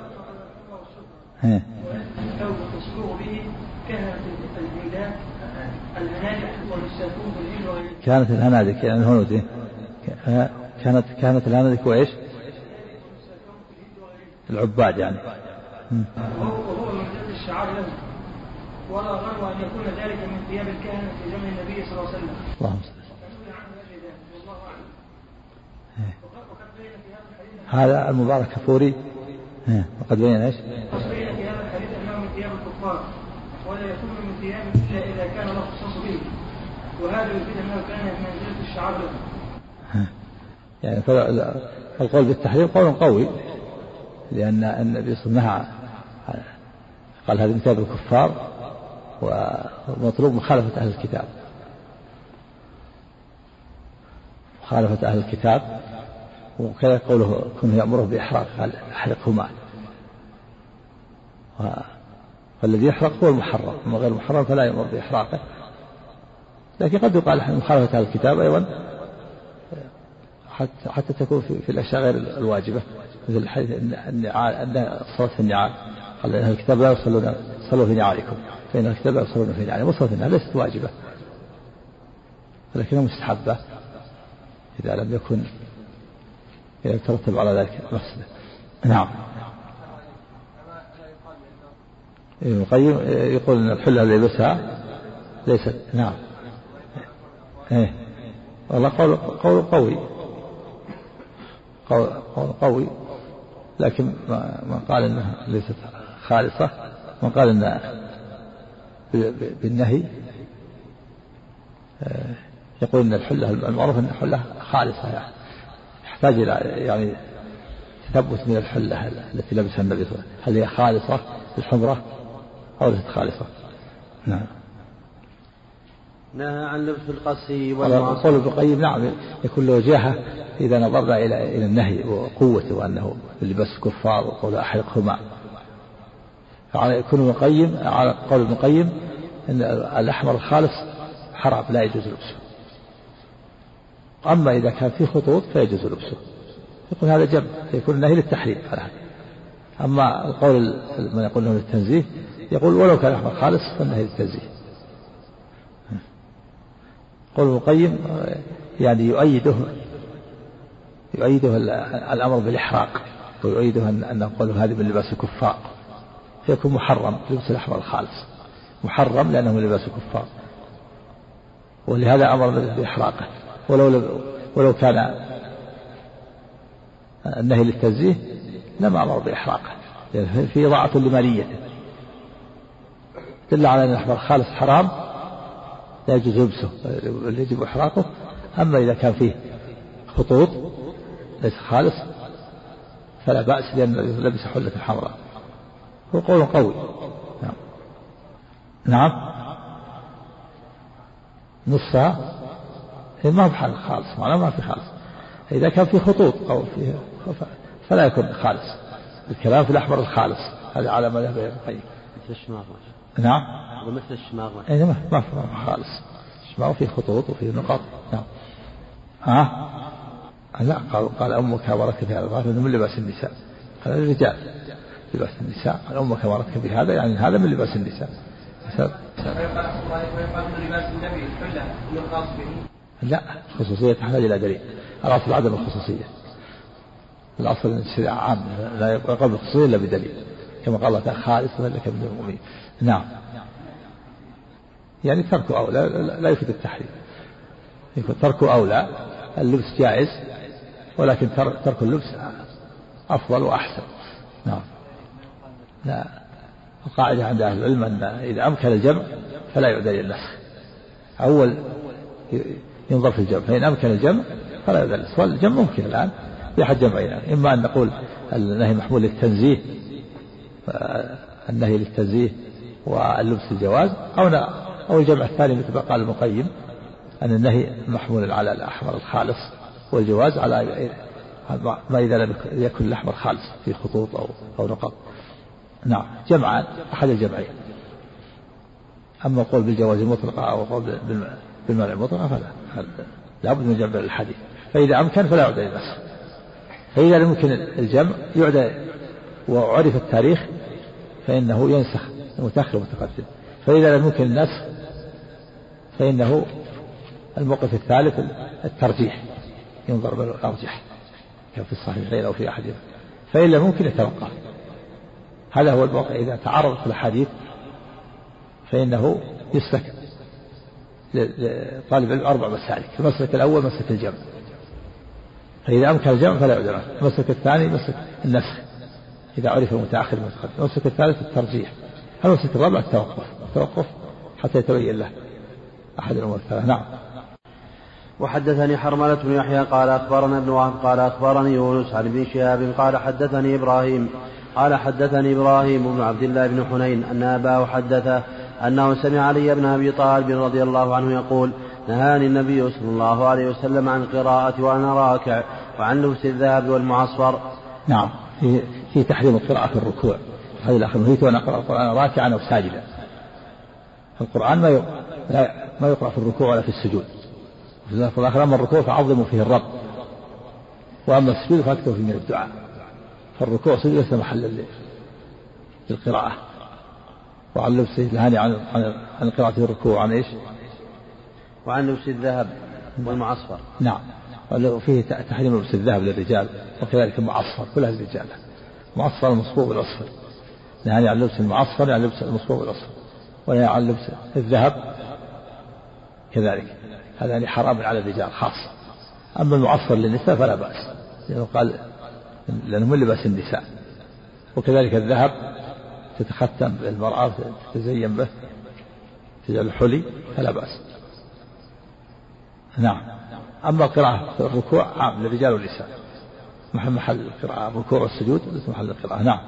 ها. الثوب المصبوغ به كان في البلاد الهنادك والساكون بالليل وغيره. كانت الهنادك يعني الهنود كانت كانت الهنادك وايش؟ العباد يعني. وهو من ذات الشعار له، ولا غرو أن يكون ذلك من ثياب الكهنة في زمن النبي صلى الله عليه وسلم. اللهم صل. هذا المبارك كفوري وقد بين ايش؟ وقد بين في هذا الحديث أنه من ثياب الكفار، ولا يكون من ثياب إلا إذا كان له اختصاص به، وهذا يفيد أنه كان من منزلة الشعار له. يعني فالقول بالتحريم قول قوي، لأن النبي صلى الله عليه وسلم قال هذه من ثياب الكفار، ومطلوب مخالفة أهل الكتاب، مخالفة أهل الكتاب. وكذا قوله كن يأمره بإحراق قال أحرقهما، فالذي يحرق هو المحرم، أما غير المحرم فلا يأمر بإحراقه. لكن قد يقال مخالفة أهل الكتاب أيضا حتى, حتى تكون في, في الأشياء غير الواجبة، مثل الحديث أن الصلاة في النعال قال أهل الكتاب لا يصلون صلوا في نعالكم، فإن الكتاب لا يصلون في نعالهم. وصلاة النعال ليست واجبة ولكنها مستحبة إذا لم يكن إذا ترتب على ذلك مفسدة. نعم. ابن القيم يقول أن الحلة اللي يلبسها ليست. نعم. إيه والله قول قول قوي قول قوي، لكن من قال انها ليست خالصة، من قال ان بالنهي يقول ان الحلة المعروف ان الحلة خالصة يعني يحتاج إلى يعني تثبت من الحلة التي لبسها النبي صلى الله عليه وسلم، هل هي خالصة الحمرة أو ليست خالصة. نعم. نهى عن لبس القصي والمعصر. قول ابن القيم نعم يكون له وجاهة إذا نظرنا إلى إلى النهي وقوته وأنه لباس الكفار وقول أحرقهما، يكون ابن القيم على قول ابن القيم أن الأحمر الخالص حرام لا يجوز لبسه، أما إذا كان فيه خطوط فيجوز لبسه، يكون هذا جمع يكون النهي للتحريم على هذا. أما القول من يقول له للتنزيه يقول ولو كان الأحمر خالص فالنهي للتنزيه. قول ابن القيم يعني يؤيده يؤيده الأمر بالإحراق، ويؤيده أنه قول هذه من لباس الكفار، فيكون محرم لبس الأحمر الخالص، محرم لأنه من لباس الكفار، ولهذا أمر بإحراقه. ولو ولو كان النهي للتنزيه لما أمر بإحراقه، يعني في إضاعة لماليته، دل على أن الأحمر الخالص حرام لا يجوز لبسه يجب إحراقه. أما إذا كان فيه خطوط ليس خالص فلا بأس لأن لبس حلة حمراء، هو قول قوي. نعم, نعم. نصها ما هو بحال خالص، معناه ما في خالص. إذا كان في خطوط أو فيه فلا يكون خالص. الكلام في الأحمر الخالص هذا على ما ذهب القيم. مثل الشماغ. نعم. ومثل الشماغ. إيه ما ما في خالص، الشماغ فيه خطوط وفيه نقاط. نعم. ها؟ لا قال قال أمك أمرتك بهذا، قال من لباس النساء، هذا الرجال لباس النساء، قال أمك أمرتك بهذا يعني هذا من لباس النساء. لا خصوصية تحتاج إلى دليل، الأصل عدم الخصوصية، الأصل أن الشريعة عام لا يقبل الخصوصية إلا بدليل، كما قال الله تعالى خالصة لك من المؤمنين. نعم. يعني ترك أولى لا يفيد التحريم، يكون ترك أولى، اللبس جائز ولكن ترك اللبس أفضل وأحسن. نعم. لا القاعدة عند أهل العلم أن إذا أمكن الجمع فلا يعدل النسخ، أول ينظر في الجمع، فإن أمكن الجمع فلا يعدل النسخ، والجمع ممكن الآن في أحد جمعين، إما أن نقول النهي محمول للتنزيه، النهي للتنزيه واللبس الجواز، أو أو الجمع الثاني مثل ما قال المقيم أن النهي محمول على الأحمر الخالص والجواز على ما إذا لم يكن الأحمر خالص في خطوط أو أو نقاط. نعم جمعان أحد الجمعين. أما قول بالجواز المطلق أو قول بالمنع المطلق فلا، لابد من جمع الحديث، فإذا أمكن فلا يعدل النسخ، فإذا لم يمكن الجمع يعدل وعرف التاريخ فإنه ينسخ المتأخر والمتقدم، فإذا لم يمكن النسخ فإنه الموقف الثالث الترجيح، ينظر بالأرجح كان في الصحيحين أو في أحدهم، فإن لم يمكن يتوقف. هذا هو الموقع. إذا تعرضت الحديث فإنه يسلك لطالب العلم أربع مسالك، المسلك الأول مسلك الجمع، فإذا أمكن الجمع فلا يعذر، المسلك الثاني مسلك النسخ إذا عرف المتأخر المتقدم، المسلك الثالث الترجيح، المسلك الرابع التوقف، التوقف حتى يتبين له أحد الأمور الثلاثة. نعم. وحدثني حرملة بن يحيى قال أخبرنا ابن وهب قال أخبرني يونس عن ابن شهاب قال حدثني إبراهيم قال حدثني إبراهيم بن عبد الله بن حنين أن أباه حدثه أنه سمع علي بن أبي طالب رضي الله عنه يقول نهاني النبي صلى الله عليه وسلم عن القراءة وأنا راكع وعن لبس الذهب والمعصفر. نعم في, في تحريم القراءة في الركوع، هذا الآخر نهيت وأنا أقرأ القرآن راكعا أو ساجدا. القرآن ما ما يقرأ في الركوع ولا في السجود، في الآخر أما الركوع فعظموا فيه الرب، وأما السجود فاكتبوا فيه من الدعاء، فالركوع والسجود ليس محل للقراءة. وعن لبس نهاني عن عن القراءة في الركوع عن إيش؟ وعن لبس الذهب والمعصفر. نعم وفيه تحريم لبس الذهب للرجال وكذلك المعصفر كلها للرجال، معصفر المصبوغ بالأصفر، نهاني عن لبس المعصفر عن لبس المصبوغ بالأصفر، ونهى عن لبس الذهب كذلك، هذا يعني حرام على الرجال خاصة. أما المعصفر للنساء فلا بأس، لأنه قال لأنه من لباس النساء، وكذلك الذهب تتختم بالمرأة تتزين به تجعل الحلي فلا بأس. نعم. أما القراءة في الركوع عام للرجال والنساء، محل القراءة الركوع والسجود ليس محل القراءة. نعم.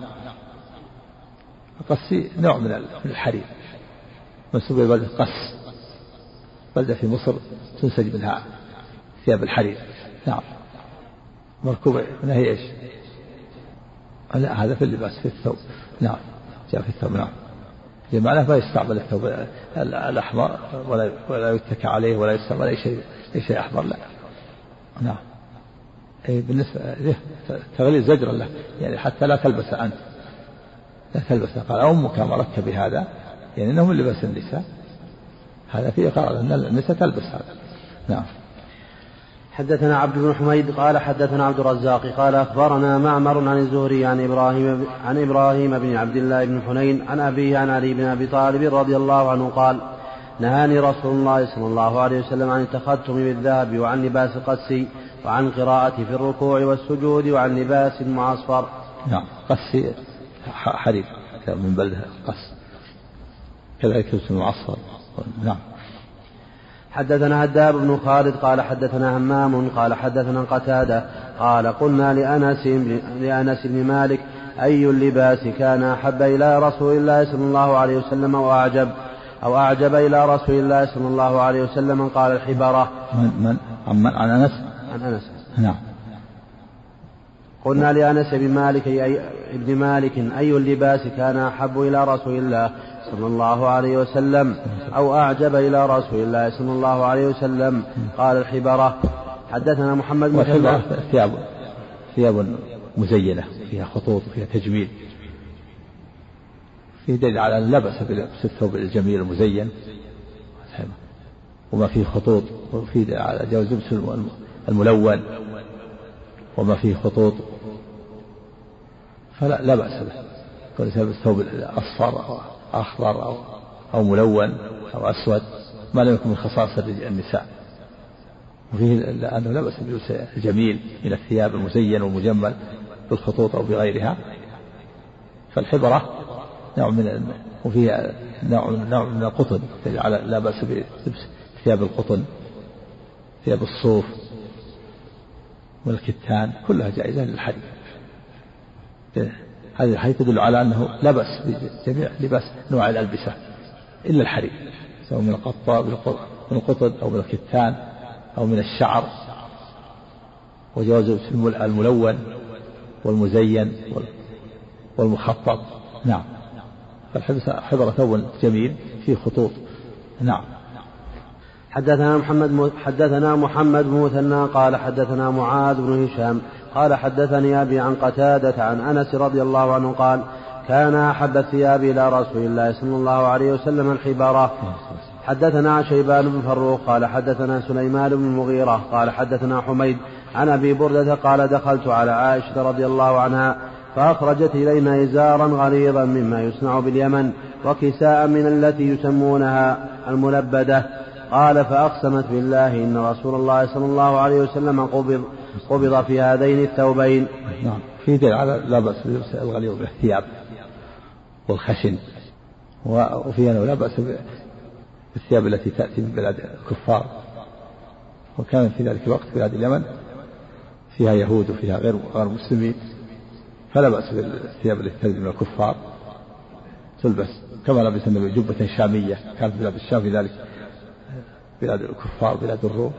القصي نوع من الحرير منسوب إلى بلدة قص، بلدة في مصر تنسج منها ثياب الحرير. نعم. مركوبة من هي إيش؟ لا هذا في اللباس في الثوب. نعم جاء في الثوب. نعم بمعنى ما يستعمل الثوب الأحمر ولا ولا يتكى عليه ولا يستعمل أي شيء أي شيء أحمر لا. نعم. أي بالنسبة له تغليظ زجر له يعني حتى لا تلبس أنت لا تلبس. قال أمك أمرتك بهذا يعني أنه من لباس النساء، هذا فيه قال أن النساء تلبس هذا. نعم. حدثنا عبد بن حميد قال حدثنا عبد الرزاق قال أخبرنا معمر عن الزهري عن إبراهيم عن إبراهيم بن عبد الله بن حنين عن أبيه عن علي بن أبي طالب رضي الله عنه قال نهاني رسول الله صلى الله عليه وسلم عن التختم بالذهب وعن لباس القسي وعن قراءة في الركوع والسجود وعن لباس معصفر. نعم. قسي حرير من بلده قس كذلك اسمه معصفر. نعم. حدثنا هداب بن خالد قال حدثنا همام قال حدثنا قتادة قال قلنا لأنس لأنس بن مالك أي اللباس كان أحب إلى رسول الله صلى الله عليه وسلم وأعجب أو أعجب إلى رسول الله صلى الله عليه وسلم قال الحبرة. من من عن أنس عن أنس. نعم. قلنا لأنس بن مالك أي ابن مالك أي اللباس كان أحب إلى رسول الله صلى الله عليه وسلم أو أعجب إلى رسول الله صلى الله عليه وسلم قال الحبرة. حدثنا محمد بن ثياب ثياب ثياب مزينة فيها خطوط وفيها تجميل، في دليل على اللبس في الثوب الجميل المزين وما فيه خطوط، وفي دليل على جواز لبس الملون وما فيه خطوط فلا لا بأس به. كل يلبس ثوب أصفر أو أخضر أو أو ملون أو أسود ما لم يكن من خصائص النساء، وفيه لأنه لا بأس بلبس الجميل من الثياب المزين والمجمل بالخطوط أو بغيرها. فالحبرة نوع من وفيها نوع نوع من القطن على لا بأس بلبس ثياب القطن ثياب الصوف والكتان كلها جائزة للحرير. هذه الحديث تدل على أنه لا بأس بجميع لباس نوع الألبسة إلا الحرير، سواء من القطاء من القطن أو من الكتان أو من الشعر، وجواز الملون والمزين والمخطط. نعم. فالحبرة ثوب جميل فيه خطوط. نعم. حدثنا محمد حدثنا محمد بن مثنى قال حدثنا معاذ بن هشام قال حدثني أبي عن قتادة عن أنس رضي الله عنه قال كان أحب الثياب إلى رسول الله صلى الله عليه وسلم الحبارة. حدثنا شيبان بن فروخ قال حدثنا سليمان بن المغيرة قال حدثنا حميد عن أبي بردة قال دخلت على عائشة رضي الله عنها فأخرجت إلينا إزارا غليظا مما يصنع باليمن وكساء من التي يسمونها الملبدة. قال فأقسمت بالله إن رسول الله صلى الله عليه وسلم قبض, قبض في هذين الثوبين. نعم. في دليل على لا بأس بلبس الغليظ بالثياب والخشن، وفي أنه لا بأس بالثياب التي تأتي من بلاد الكفار، وكان في ذلك الوقت بلاد اليمن فيها يهود وفيها غير غير مسلمين، فلا بأس بالثياب التي تأتي من الكفار تلبس، كما لبس النبي جبة شامية كانت بلاد الشام في ذلك بلاد الكفار بلاد الروم.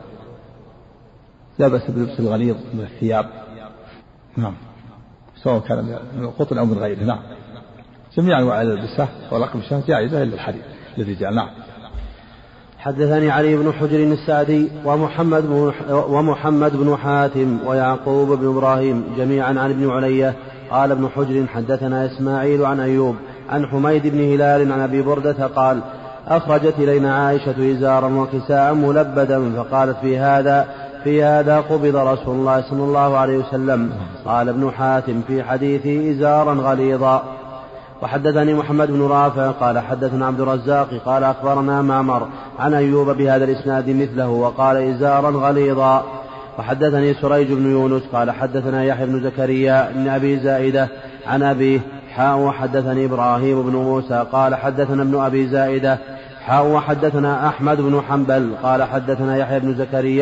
لا بأس بلبس الغليظ من الثياب. نعم. سواء كان من القطن أو من غيره. نعم. جميع أنواع الألبسة ورقم الشهر جائزة إلا الحرير للرجال. نعم. حدثني علي بن حجر السعدي ومحمد بن ومحمد بن حاتم ويعقوب بن إبراهيم جميعا عن ابن علية قال ابن حجر حدثنا إسماعيل عن أيوب عن حميد بن هلال عن أبي بردة قال أخرجت إلينا عائشة إزارا وكساء ملبدا فقالت في هذا في هذا قبض رسول الله صلى الله عليه وسلم. قال ابن حاتم في حديثه إزارا غليظا. وحدثني محمد بن رافع قال حدثنا عبد الرزاق قال أخبرنا معمر عن أيوب بهذا الإسناد مثله وقال إزارا غليظا. وحدثني سريج بن يونس قال حدثنا يحيى بن زكريا بن أبي زائدة عن أبيه حاء وحدثني إبراهيم بن موسى قال حدثنا ابن أبي زائدة حاء وحدثنا أحمد بن حنبل قال حدثنا يحيى بن زكريا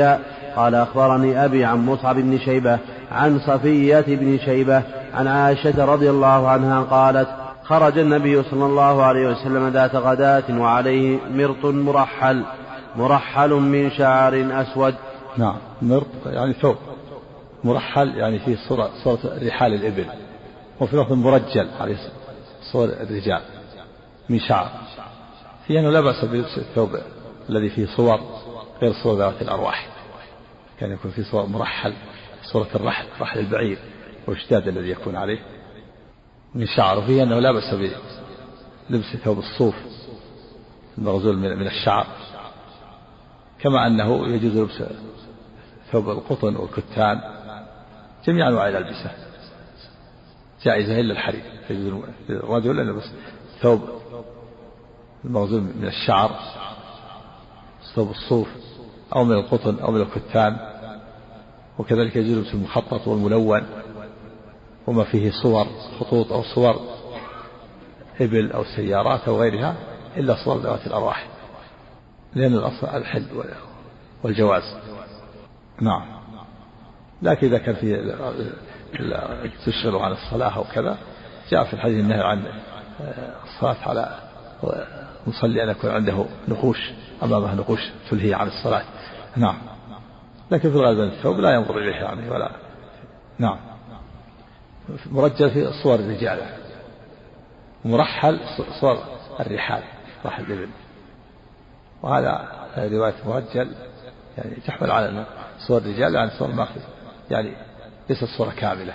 قال أخبرني أبي عن مصعب بن شيبة عن صفية بن شيبة عن عائشة رضي الله عنها قالت خرج النبي صلى الله عليه وسلم ذات غداة وعليه مرط مرحل مرحل من شعر أسود. نعم، مرط يعني ثوب مرحل يعني فيه صورة, صورة رحال الإبل، وفي لفظ مرجل عليه صور الرجال من شعر، في أنه لا بأس بلبس الثوب الذي فيه صور غير صور ذوات الأرواح، كان يكون فيه صور مرحل صورة الرحل رحل البعير والاشتاد الذي يكون عليه من شعر، وفيه أنه لا بأس بلبس ثوب الصوف المغزول من الشعر، كما أنه يجوز لبس ثوب القطن والكتان جميع أنواع الألبسة جائزة إلا الحرير، يجوز للرجل أن يلبس ثوب المغزول من الشعر ثوب الصوف أو من القطن أو من الكتان، وكذلك يجوز لبس المخطط والملون وما فيه صور خطوط أو صور إبل أو سيارات أو غيرها إلا صور ذوات الأرواح، لأن الأصل الحل والجواز. نعم، لكن إذا كان فيه تشغل عن الصلاة أو كذا جاء في الحديث النهي عن الصلاة على مصلي أن يكون عنده نقوش أمامه نقوش تلهي عن الصلاة. نعم، لكن في الغالب الثوب لا ينظر إليه يعني ولا. نعم، مرجل في صور الرجال، مرحل صور الرحال رحل الإبل، وهذا رواية مرجل يعني تحمل على صور الرجال يعني صور ماخذ يعني ليست صورة كاملة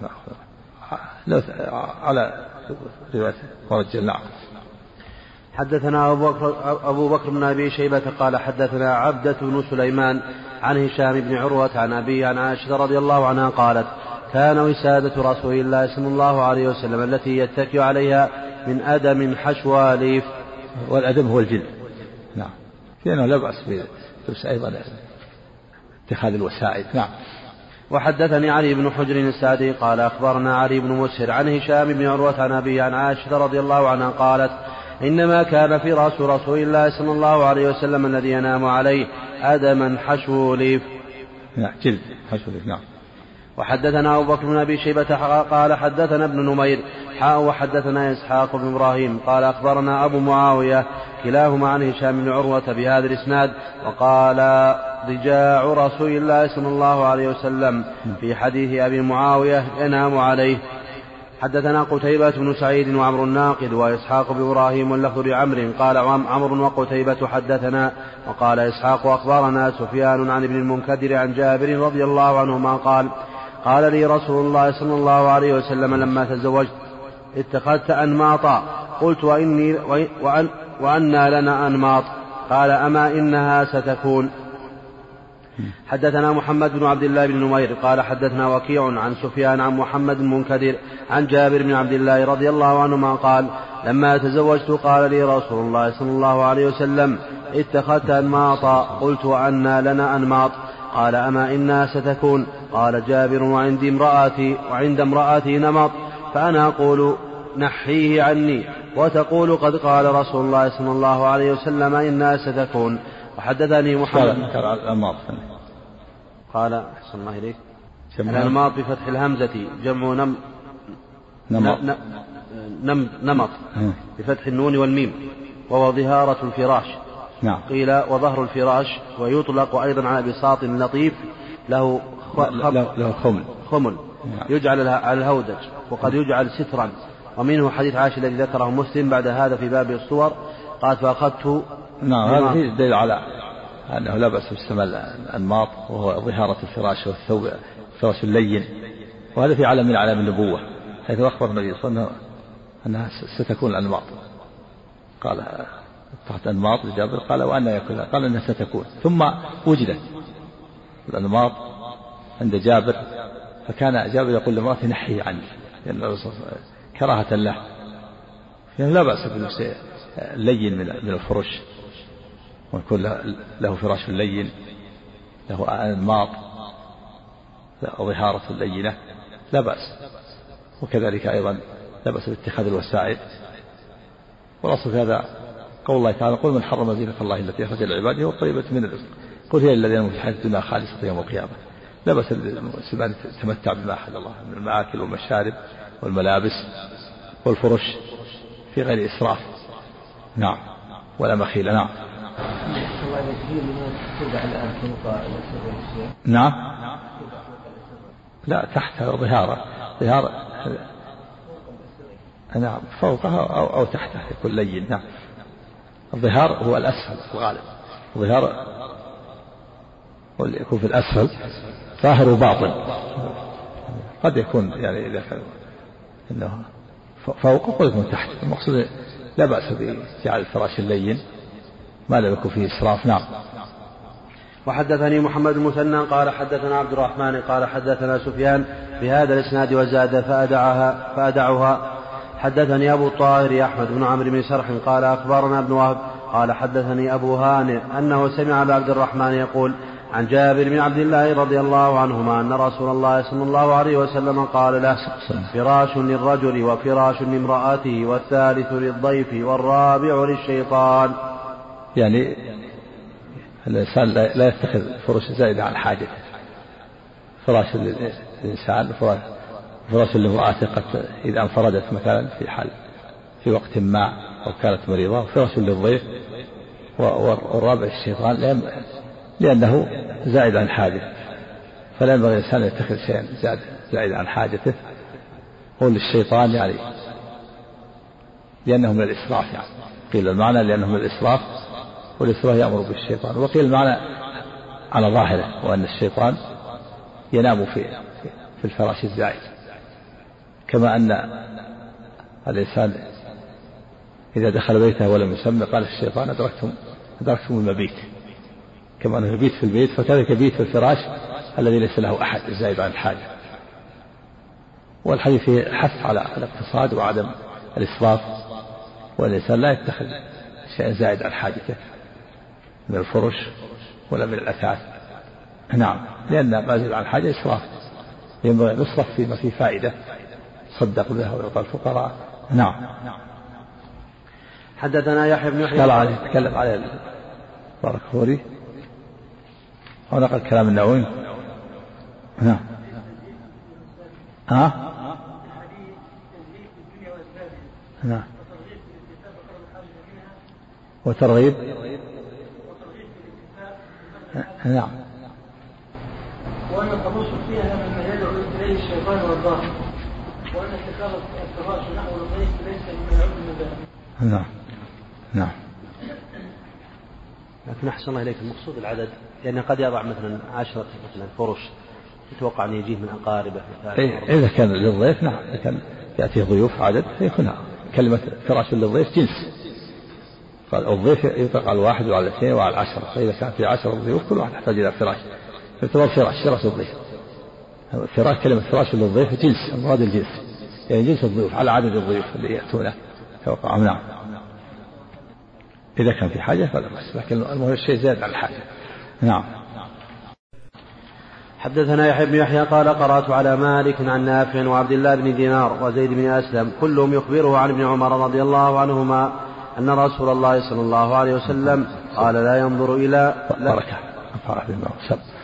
على رواية مرجل. نعم. حدثنا أبو بكر, أبو بكر بن أبي شيبة قال حدثنا عبدة بن سليمان عن هشام بن عروة عن أبي عن عائشة رضي الله عنها قالت كان وسادة رسول الله صلى الله عليه وسلم التي يتكئ عليها من أدم حشوى ليف، والأدم هو الجلد. نعم، لأنه لا بأس بلبس أيضا اتخاذ الوسائد. نعم. وحدثني علي بن حجر السعدي قال أخبرنا علي بن مسهر عن هشام بن عروة عن أبي عن عائشة رضي الله عنها قالت إنما كان فراش رسول الله صلى الله عليه وسلم الذي ينام عليه أدما حشو ليف. نعم، جلد حشو ليف. نعم. وحدثنا أبو بكر بن أبي شيبة قال حدثنا ابن نمير حاء وحدثنا إسحاق بن إبراهيم قال أخبرنا أبو معاوية كلاهما عن هشام بن عروة بهذا الإسناد وقال ضجاع رسول الله صلى الله عليه وسلم في حديث أبي معاوية ينام عليه. حدثنا قتيبة بن سعيد وعمر الناقد وإسحاق بن إبراهيم واللفظ لعمر قال عمرو وقتيبة حدثنا وقال إسحاق أخبرنا سفيان عن ابن المنكدر عن جابر رضي الله عنهما قال قال لي رسول الله صلى الله عليه وسلم لما تزوجت اتخذت أنماطا قلت وإني وأن وأنى لنا أنماط قال أما إنها ستكون. حدثنا محمد بن عبد الله بن نمير قال حدثنا وكيع عن سفيان عن محمد المنكدر عن جابر بن عبد الله رضي الله عنهما قال لما تزوجت قال لي رسول الله صلى الله عليه وسلم اتخذت أنماطا قلت وأنى لنا أنماط قال أما إنها ستكون. قال جابر وعندي امرأتي وعند امرأتي نمط فأنا أقول نحيه عني وتقول قد قال رسول الله صلى الله عليه وسلم إنها ستكون. وحدثني محمد قال أحسن الله إليك الأنماط بفتح الهمزة جمع نم نمط, نم نمط بفتح النون والميم وهو ظهارة الفراش. نعم. قيل وظهر الفراش ويطلق أيضا على بساط لطيف له له خمل خمل يجعل على الهودج وقد يجعل سترا. ومنه حديث عائشة الذي ذكره مسلم بعد هذا في باب الصور قال فأخذته. نعم، هذا فيه دليل على أنه لا بأس باستعمال الأنماط وهو ظهارة الفراش والثوب الفراش اللين، وهذا في علم من علام النبوة حيث أخبر النبي صلى الله عليه وسلم أنها ستكون الأنماط. قال تحت أنماط لجابر قال وأن يكون قال أنها ستكون ثم وجدت الأنماط عند جابر فكان جابر يقول لامرأته نحي عني لأن كراهة له يعني لا بأس بلبس اللين من الفرش ويكون له فراش لين له أنماط ظهارة لينة لا بأس. وكذلك أيضا لا بأس باتخاذ الوسائل. والأصل في هذا قول الله تعالى قل من حرم زينة الله التي أخرج لعباده والطيبة من الرزق قل هي الذين في الحياة الدنيا خالصة يوم القيامة. لا بأس الإنسان يتمتع بما أحل الله من المآكل والمشارب والملابس والفرش في غير إسراف. نعم ولا مخيلة. نعم. نعم لا تحتها ظهارة ظهارة نعم فوقها أو, أو تحتها يكون لين. نعم الظهار هو الأسفل الغالب. الظهار يكون في الأسفل ظاهر وباطن. قد يكون يعني إذا كان إنه فوق قد يكون تحت. المقصود لا بأس بجعل الفراش اللين ما لم يكن فيه إسراف. نعم. وحدثني محمد المثنى قال حدثنا عبد الرحمن قال حدثنا سفيان بهذا الإسناد وزاد فأدعها فأدعها. حدثني أبو الطاهر أحمد بن عمرو بن سرح قال أخبرنا ابن وهب قال حدثني أبو هانئ أنه سمع أبا عبد الرحمن يقول عن جابر بن عبد الله رضي الله عنهما أن رسول الله صلى الله عليه وسلم قال له فراش للرجل وفراش لامرأته والثالث للضيف والرابع للشيطان. يعني الإنسان لا يتخذ فرش زائدة عن حاجته. فراش للإنسان فراش لامرأته قد إذا انفردت مثلا في حال في وقت ما أو كانت مريضة. فراش للضيف والرابع الشيطان لأنه زائد عن حاجته. فلا ينبغي الإنسان يتخذ شيئا زائد عن حاجته. قول للشيطان يعني لأنه من الإسراف. يعني قيل المعنى لأنه من الإسراف والإسراف يأمر بالشيطان. وقيل المعنى على ظاهره وأن الشيطان ينام في في الفراش الزائد كما أن الإنسان إذا دخل بيته ولم يسمى قال الشيطان أدركتم أدركتم المبيت. كما أنه يبيت في البيت فكذلك يبيت في الفراش الذي ليس له أحد زائد عن الحاجة. والحديث فيه حث على الاقتصاد وعدم الإسراف والإنسان لا يتخذ شيئا زائد عن حاجته من الفرش ولا من الأثاث. نعم لأن ما زاد عن حاجة إسراف. ينبغي أن يصرف فيما فيه فائدة صدق بها ويعطى الفقراء. نعم. حدثنا يحيى بن يحيى قال يتكلم على بارك فوري ونقل كلام النووي. نعم. ها نعم وترغيب. نعم. وأن القموس فيها مما يدعو إليه الشيطان والضار وأن اتخاذ الفراش نحو الضيف ليس مما يعود المباح. نعم. نعم. لكن أحسن الله إليك المقصود العدد لأن قد يضع مثلا عشرة مثلا فرش يتوقع أن يجيه من أقاربه. إذا كان للضيف نعم إذا كان يأتيه ضيوف عدد فيكون كلمة فراش للضيف جنس. الضيف يطلق على الواحد وعلى الاثنين وعلى العشرة. فإذا كان في عشرة ضيوف كل واحد يحتاج إلى فراش يعتبر فراش فراش الضيف. فراش كلمة فراش للضيف جنس المراد الجنس يعني جنس الضيوف على عدد الضيوف اللي يأتونه توقعهم. نعم إذا كان في حاجة فلا بأس لكن المهم الشيء زاد عن الحاجة. نعم. حدثنا يحيى بن يحيى قال قرأت على مالك عن نافع وعبد الله بن دينار وزيد بن أسلم كلهم يخبره عن ابن عمر رضي الله عنهما أن رسول الله صلى الله عليه وسلم قال لا ينظر إلى بركة